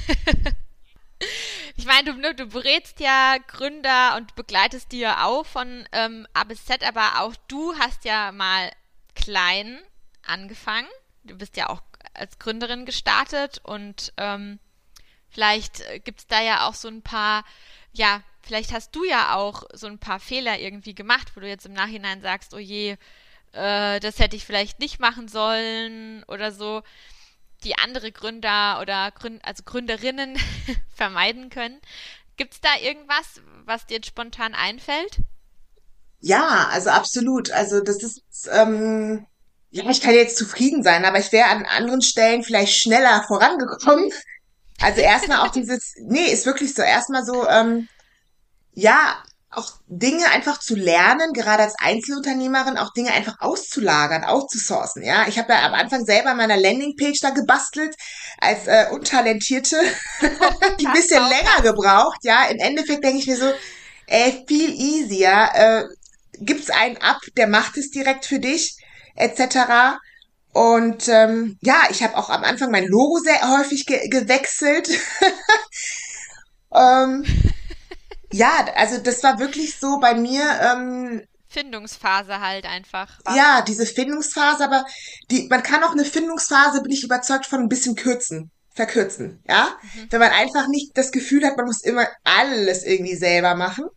S2: Ich meine, du, du berätst ja Gründer und begleitest die ja auch von ähm, A bis Z, aber auch du hast ja mal klein angefangen. Du bist ja auch als Gründerin gestartet und ähm, vielleicht gibt es da ja auch so ein paar, ja, vielleicht hast du ja auch so ein paar Fehler irgendwie gemacht, wo du jetzt im Nachhinein sagst, oh je, äh, das hätte ich vielleicht nicht machen sollen oder so, die andere Gründer oder Gründ also Gründerinnen vermeiden können. Gibt es da irgendwas, was dir jetzt spontan einfällt?
S3: Ja, also absolut. Also das ist, ähm, ja, ich kann jetzt zufrieden sein, aber ich wäre an anderen Stellen vielleicht schneller vorangekommen. Also erstmal auch dieses, nee, ist wirklich so, erstmal so, ähm, ja, auch Dinge einfach zu lernen, gerade als Einzelunternehmerin, auch Dinge einfach auszulagern, outzusourcen, ja. Ich habe ja am Anfang selber an meiner Landingpage da gebastelt, als äh, Untalentierte, die ein bisschen länger gebraucht, ja. Im Endeffekt denke ich mir so, ey, viel easier, äh, gibt's einen ab, der macht es direkt für dich, et cetera. Und ähm, ja, ich habe auch am Anfang mein Logo sehr häufig ge gewechselt. ähm, ja, also das war wirklich so bei mir, ähm,
S2: Findungsphase halt einfach.
S3: ja, diese Findungsphase, aber die, man kann auch eine Findungsphase, bin ich überzeugt, von ein bisschen kürzen, verkürzen, ja.
S2: Mhm.
S3: Wenn man einfach nicht das Gefühl hat, man muss immer alles irgendwie selber machen.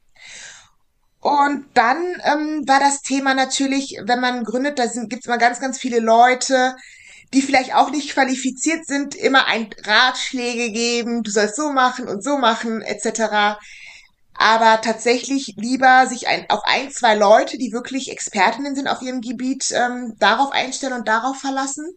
S3: Und dann ähm, war das Thema natürlich, wenn man gründet, da sind, gibt's immer ganz, ganz viele Leute, die vielleicht auch nicht qualifiziert sind, immer ein Ratschläge geben, du sollst so machen und so machen, et cetera. Aber tatsächlich lieber sich ein, auf ein, zwei Leute, die wirklich Expertinnen sind auf ihrem Gebiet, ähm, darauf einstellen und darauf verlassen.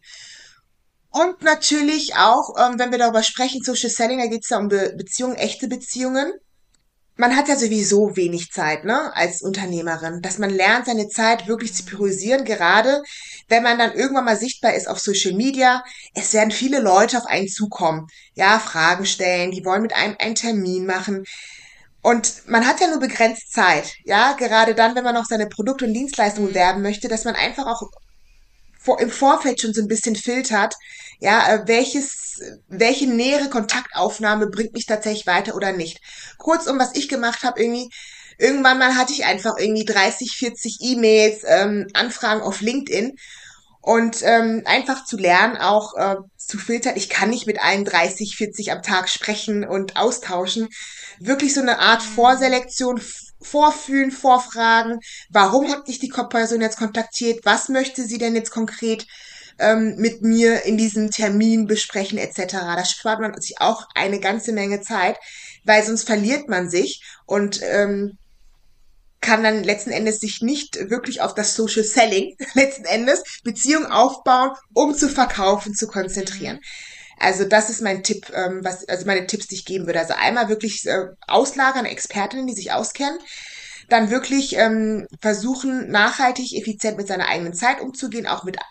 S3: Und natürlich auch, ähm, wenn wir darüber sprechen, Social Selling, da geht es ja um Be Beziehungen, echte Beziehungen. Man hat ja sowieso wenig Zeit, ne, als Unternehmerin, dass man lernt, seine Zeit wirklich zu priorisieren, gerade wenn man dann irgendwann mal sichtbar ist auf Social Media. Es werden viele Leute auf einen zukommen, ja, Fragen stellen, die wollen mit einem einen Termin machen. Und man hat ja nur begrenzt Zeit, ja, gerade dann, wenn man auch seine Produkte und Dienstleistungen
S2: Mhm.
S3: werben möchte, dass man einfach auch vor, im Vorfeld schon so ein bisschen filtert, ja, äh, welches, welche nähere Kontaktaufnahme bringt mich tatsächlich weiter oder nicht. Kurzum, was ich gemacht habe, irgendwie, irgendwann mal hatte ich einfach irgendwie dreißig, vierzig E-Mails, ähm, Anfragen auf LinkedIn und ähm, einfach zu lernen, auch äh, zu filtern. Ich kann nicht mit allen dreißig, vierzig am Tag sprechen und austauschen. Wirklich so eine Art
S2: Mhm.
S3: Vorselektion, vorfühlen, vorfragen. Warum hat dich die Person jetzt kontaktiert? Was möchte sie denn jetzt konkret ähm, mit mir in diesem Termin besprechen et cetera. Da spart man sich auch eine ganze Menge Zeit, weil sonst verliert man sich und ähm, kann dann letzten Endes sich nicht wirklich auf das Social Selling letzten Endes Beziehung aufbauen, um zu verkaufen, zu konzentrieren.
S2: Mhm.
S3: Also das ist mein Tipp, ähm, was also meine Tipps, die ich geben würde. Also einmal wirklich äh, auslagern, Expertinnen, die sich auskennen, dann wirklich ähm, versuchen, nachhaltig, effizient mit seiner eigenen Zeit umzugehen, auch mit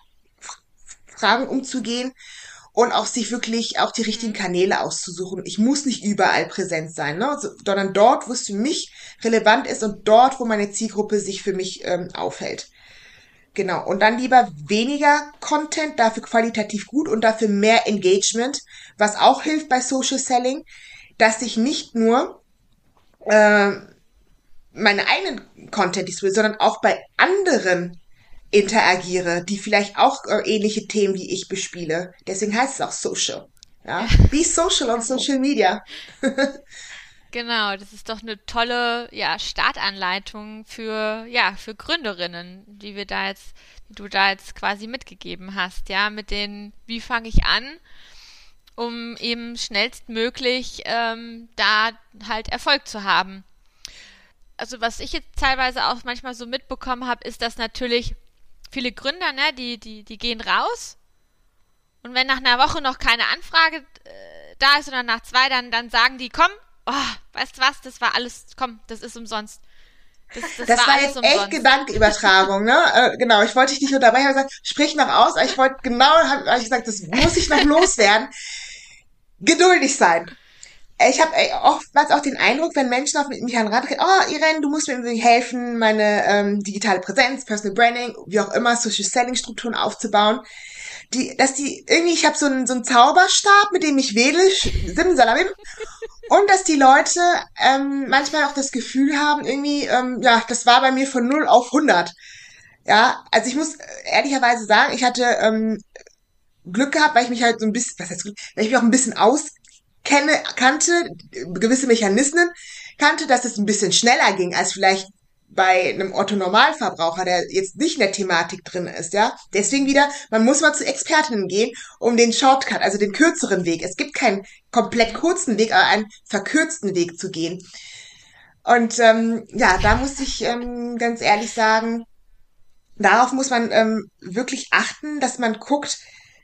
S3: Fragen umzugehen und auch sich wirklich auch die richtigen
S2: Mhm.
S3: Kanäle auszusuchen. Ich muss nicht überall präsent sein, ne? So, sondern dort, wo es für mich relevant ist und dort, wo meine Zielgruppe sich für mich ähm, aufhält. Genau. Und dann lieber weniger Content, dafür qualitativ gut und dafür mehr Engagement, was auch hilft bei Social Selling, dass ich nicht nur äh, meine eigenen Content distribute, sondern auch bei anderen interagiere, die vielleicht auch äh, ähnliche Themen wie ich bespiele. Deswegen heißt es auch Social.
S2: Ja.
S3: Ja, be social on Social Media.
S2: Genau, das ist doch eine tolle, ja, Startanleitung für, ja, für Gründerinnen, die wir da jetzt, die du da jetzt quasi mitgegeben hast, ja, mit den, wie fange ich an, um eben schnellstmöglich ähm, da halt Erfolg zu haben. Also was ich jetzt teilweise auch manchmal so mitbekommen habe, ist, dass natürlich viele Gründer, ne, die, die, die gehen raus und wenn nach einer Woche noch keine Anfrage äh, da ist oder nach zwei, dann, dann sagen die, komm, oh, weißt du was, das war alles, komm, das ist umsonst. Das, das
S3: Das
S2: war
S3: war
S2: alles
S3: jetzt echt
S2: umsonst.
S3: Gedankenübertragung, ne? Äh, genau, ich wollte dich nicht unterbrechen, ich habe gesagt, sprich noch aus, aber ich wollte genau, habe hab ich gesagt, das muss ich noch loswerden. Geduldig sein. Ich habe oftmals auch den Eindruck, wenn Menschen auf mich herantreten, oh Irene, du musst mir irgendwie helfen, meine ähm, digitale Präsenz, Personal Branding, wie auch immer, Social Selling Strukturen aufzubauen, die, dass die irgendwie, ich habe so einen so einen Zauberstab, mit dem ich wedel, simsalabim, und dass die Leute ähm, manchmal auch das Gefühl haben, irgendwie, ähm, ja, das war bei mir von null auf hundert. Ja, also ich muss ehrlicherweise sagen, ich hatte ähm, Glück gehabt, weil ich mich halt so ein bisschen, was heißt Glück, weil ich mich auch ein bisschen auskenne, kannte, gewisse Mechanismen kannte, dass es ein bisschen schneller ging als vielleicht bei einem Otto-Normalverbraucher, der jetzt nicht in der Thematik drin ist, ja. Deswegen wieder, man muss mal zu Expertinnen gehen, um den Shortcut, also den kürzeren Weg. Es gibt keinen komplett kurzen Weg, aber einen verkürzten Weg zu gehen. Und ähm, ja, da muss ich ähm, ganz ehrlich sagen, darauf muss man ähm, wirklich achten, dass man guckt,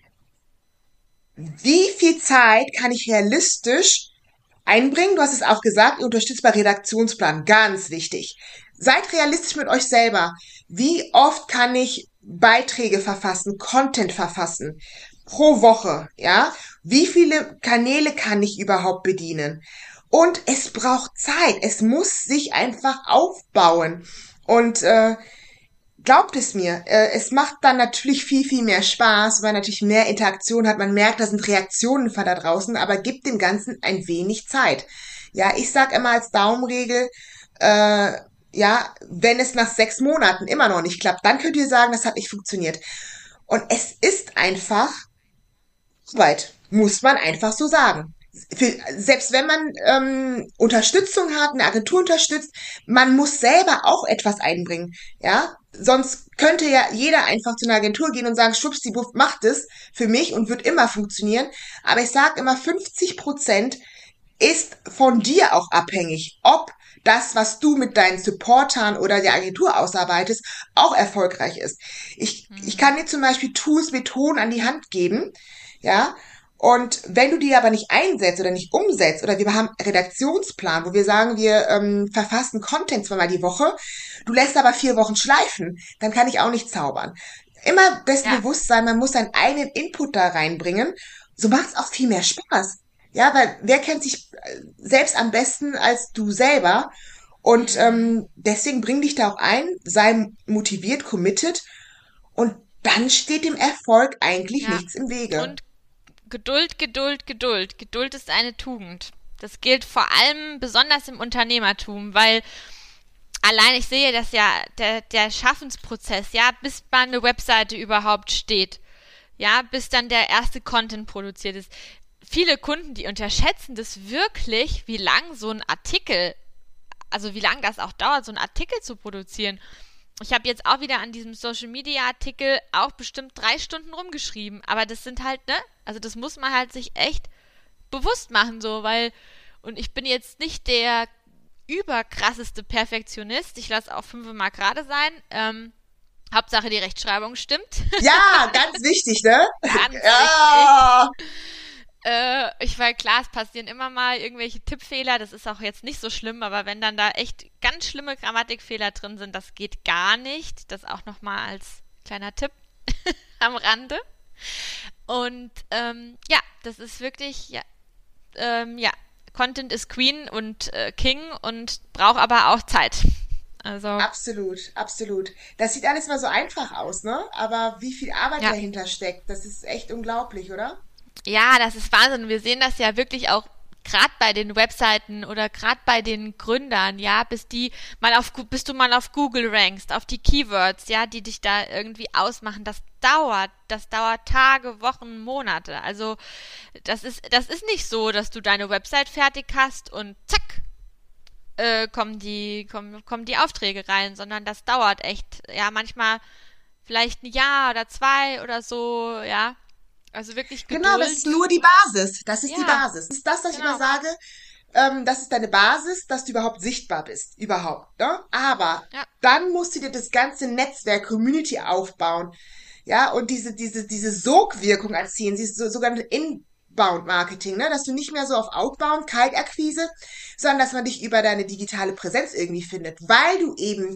S3: wie viel Zeit kann ich realistisch einbringen? Du hast es auch gesagt, ihr unterstützt bei Redaktionsplan. Ganz wichtig. Seid realistisch mit euch selber. Wie oft kann ich Beiträge verfassen, Content verfassen? Pro Woche, ja? Wie viele Kanäle kann ich überhaupt bedienen? Und es braucht Zeit. Es muss sich einfach aufbauen. Und äh, glaubt es mir, äh, es macht dann natürlich viel, viel mehr Spaß, weil man natürlich mehr Interaktion hat. Man merkt, da sind Reaktionen von da draußen, aber gibt dem Ganzen ein wenig Zeit. Ja, ich sag immer als Daumenregel, äh, ja, wenn es nach sechs Monaten immer noch nicht klappt, dann könnt ihr sagen, das hat nicht funktioniert. Und es ist einfach Arbeit, muss man einfach so sagen. Für, selbst wenn man ähm, Unterstützung hat, eine Agentur unterstützt, man muss selber auch etwas einbringen, ja. Sonst könnte ja jeder einfach zu einer Agentur gehen und sagen, schwuppsdiwupp, macht es für mich und wird immer funktionieren. Aber ich sage immer, fünfzig Prozent ist von dir auch abhängig, ob das, was du mit deinen Supportern oder der Agentur ausarbeitest, auch erfolgreich ist. Ich, mhm. ich kann dir zum Beispiel Tools, Methoden an die Hand geben, ja. Und wenn du die aber nicht einsetzt oder nicht umsetzt, oder wir haben einen Redaktionsplan, wo wir sagen, wir ähm, verfassen Content zweimal die Woche, du lässt aber vier Wochen schleifen, dann kann ich auch nicht zaubern. Immer dessen ja. bewusst sein, man muss seinen eigenen Input da reinbringen, so macht es auch viel mehr Spaß. Ja, weil wer kennt sich selbst am besten als du selber? Und ähm, deswegen bring dich da auch ein, sei motiviert, committed, und dann steht dem Erfolg eigentlich ja. nichts im Wege.
S2: Und Geduld, Geduld, Geduld. Geduld ist eine Tugend. Das gilt vor allem besonders im Unternehmertum, weil allein ich sehe das ja, der, der Schaffensprozess, ja, bis mal eine Webseite überhaupt steht, ja, bis dann der erste Content produziert ist. Viele Kunden, die unterschätzen das wirklich, wie lang so ein Artikel, also wie lang das auch dauert, so einen Artikel zu produzieren. Ich habe jetzt auch wieder an diesem Social-Media-Artikel auch bestimmt drei Stunden rumgeschrieben. Aber das sind halt, ne? Also das muss man halt sich echt bewusst machen, so, weil, und ich bin jetzt nicht der überkrasseste Perfektionist. Ich lasse auch fünfmal gerade sein. Ähm, Hauptsache die Rechtschreibung stimmt.
S3: Ja, ganz wichtig, ne?
S2: Ganz
S3: ja.
S2: wichtig. Äh, ich weiß, klar, es passieren immer mal irgendwelche Tippfehler, das ist auch jetzt nicht so schlimm, aber wenn dann da echt ganz schlimme Grammatikfehler drin sind, das geht gar nicht. Das auch nochmal als kleiner Tipp am Rande. Und ähm, ja, das ist wirklich, ja, ähm, ja, Content ist Queen und äh, King und braucht aber auch Zeit. Also
S3: absolut, absolut. Das sieht alles mal so einfach aus, ne? Aber wie viel Arbeit ja. dahinter steckt, das ist echt unglaublich, oder?
S2: Ja, das ist Wahnsinn. Wir sehen das ja wirklich auch gerade bei den Webseiten oder gerade bei den Gründern, ja, bis die mal auf, bis du mal auf Google rankst, auf die Keywords, ja, die dich da irgendwie ausmachen. Das dauert, das dauert Tage, Wochen, Monate. Also das ist, das ist nicht so, dass du deine Website fertig hast und zack, äh, kommen die, kommen, kommen die Aufträge rein, sondern das dauert echt, ja, manchmal vielleicht ein Jahr oder zwei oder so, ja. Also wirklich Geduld.
S3: Genau, das ist nur die Basis. Das ist ja. die Basis. Das ist das, was genau. ich immer sage. Ähm, das ist deine Basis, dass du überhaupt sichtbar bist. Überhaupt. Ne? Aber ja. dann musst du dir das ganze Netzwerk, Community aufbauen. Ja, und diese, diese, diese Sogwirkung erzielen. Dieses so, sogenannte Inbound-Marketing, ne? Dass du nicht mehr so auf Outbound, Kaltakquise, sondern dass man dich über deine digitale Präsenz irgendwie findet. Weil du eben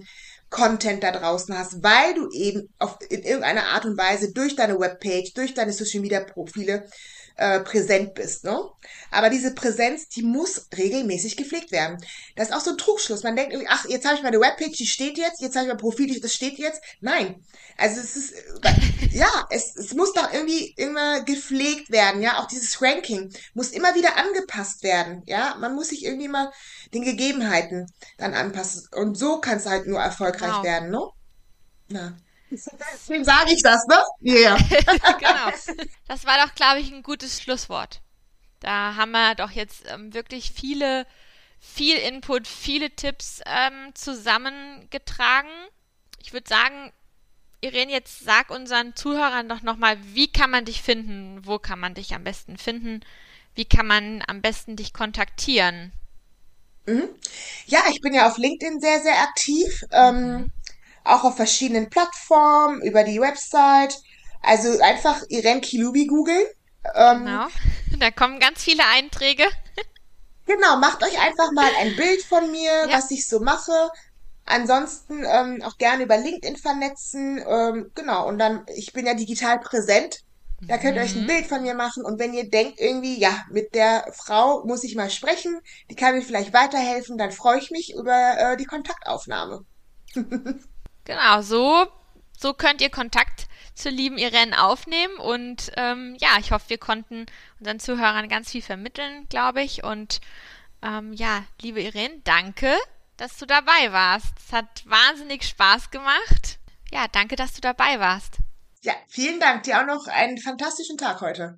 S3: Content da draußen hast, weil du eben auf, in irgendeiner Art und Weise durch deine Webpage, durch deine Social-Media-Profile äh, präsent bist, ne? Aber diese Präsenz, die muss regelmäßig gepflegt werden. Das ist auch so ein Trugschluss. Man denkt irgendwie, ach, jetzt habe ich meine Webpage, die steht jetzt, jetzt habe ich mein Profil, das steht jetzt. Nein. Also es ist, ja, es, es muss doch irgendwie immer gepflegt werden, ja. Auch dieses Ranking muss immer wieder angepasst werden, ja. Man muss sich irgendwie mal den Gegebenheiten dann anpassen. Und so kann es halt nur erfolgreich
S2: Wow.
S3: werden, ne? Ja. Deswegen sage ich das, ne? Ja. Yeah.
S2: Genau. Das war doch, glaube ich, ein gutes Schlusswort. Da haben wir doch jetzt ähm, wirklich viele, viel Input, viele Tipps ähm, zusammengetragen. Ich würde sagen, Irene, jetzt sag unseren Zuhörern doch nochmal, wie kann man dich finden? Wo kann man dich am besten finden? Wie kann man am besten dich kontaktieren?
S3: Mhm. Ja, ich bin ja auf LinkedIn sehr, sehr aktiv. Ähm, auch auf verschiedenen Plattformen, über die Website. Also einfach Irene Kilubi googeln. Ähm,
S2: Genau. Da kommen ganz viele Einträge.
S3: genau, macht euch einfach mal ein Bild von mir,
S2: Ja.
S3: was ich so mache. Ansonsten ähm, auch gerne über LinkedIn vernetzen. Ähm, genau, und dann, ich bin ja digital präsent. Da könnt ihr euch ein
S2: Mhm.
S3: Bild von mir machen. Und wenn ihr denkt irgendwie, ja, mit der Frau muss ich mal sprechen, die kann mir vielleicht weiterhelfen, dann freue ich mich über äh, die Kontaktaufnahme.
S2: Genau, so, so könnt ihr Kontakt zur lieben Irene aufnehmen und ähm, ja, ich hoffe, wir konnten unseren Zuhörern ganz viel vermitteln, glaube ich. Und ähm, ja, liebe Irene, danke, dass du dabei warst. Es hat wahnsinnig Spaß gemacht. Ja, danke, dass du dabei warst.
S3: Ja, vielen Dank. Dir auch noch einen fantastischen Tag heute.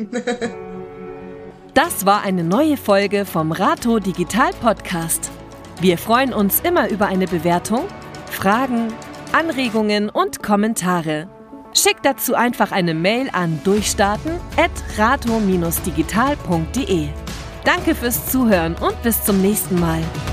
S1: Das war eine neue Folge vom Rato Digital Podcast. Wir freuen uns immer über eine Bewertung, Fragen, Anregungen und Kommentare. Schickt dazu einfach eine Mail an durchstarten at rato dash digital punkt de. Danke fürs Zuhören und bis zum nächsten Mal.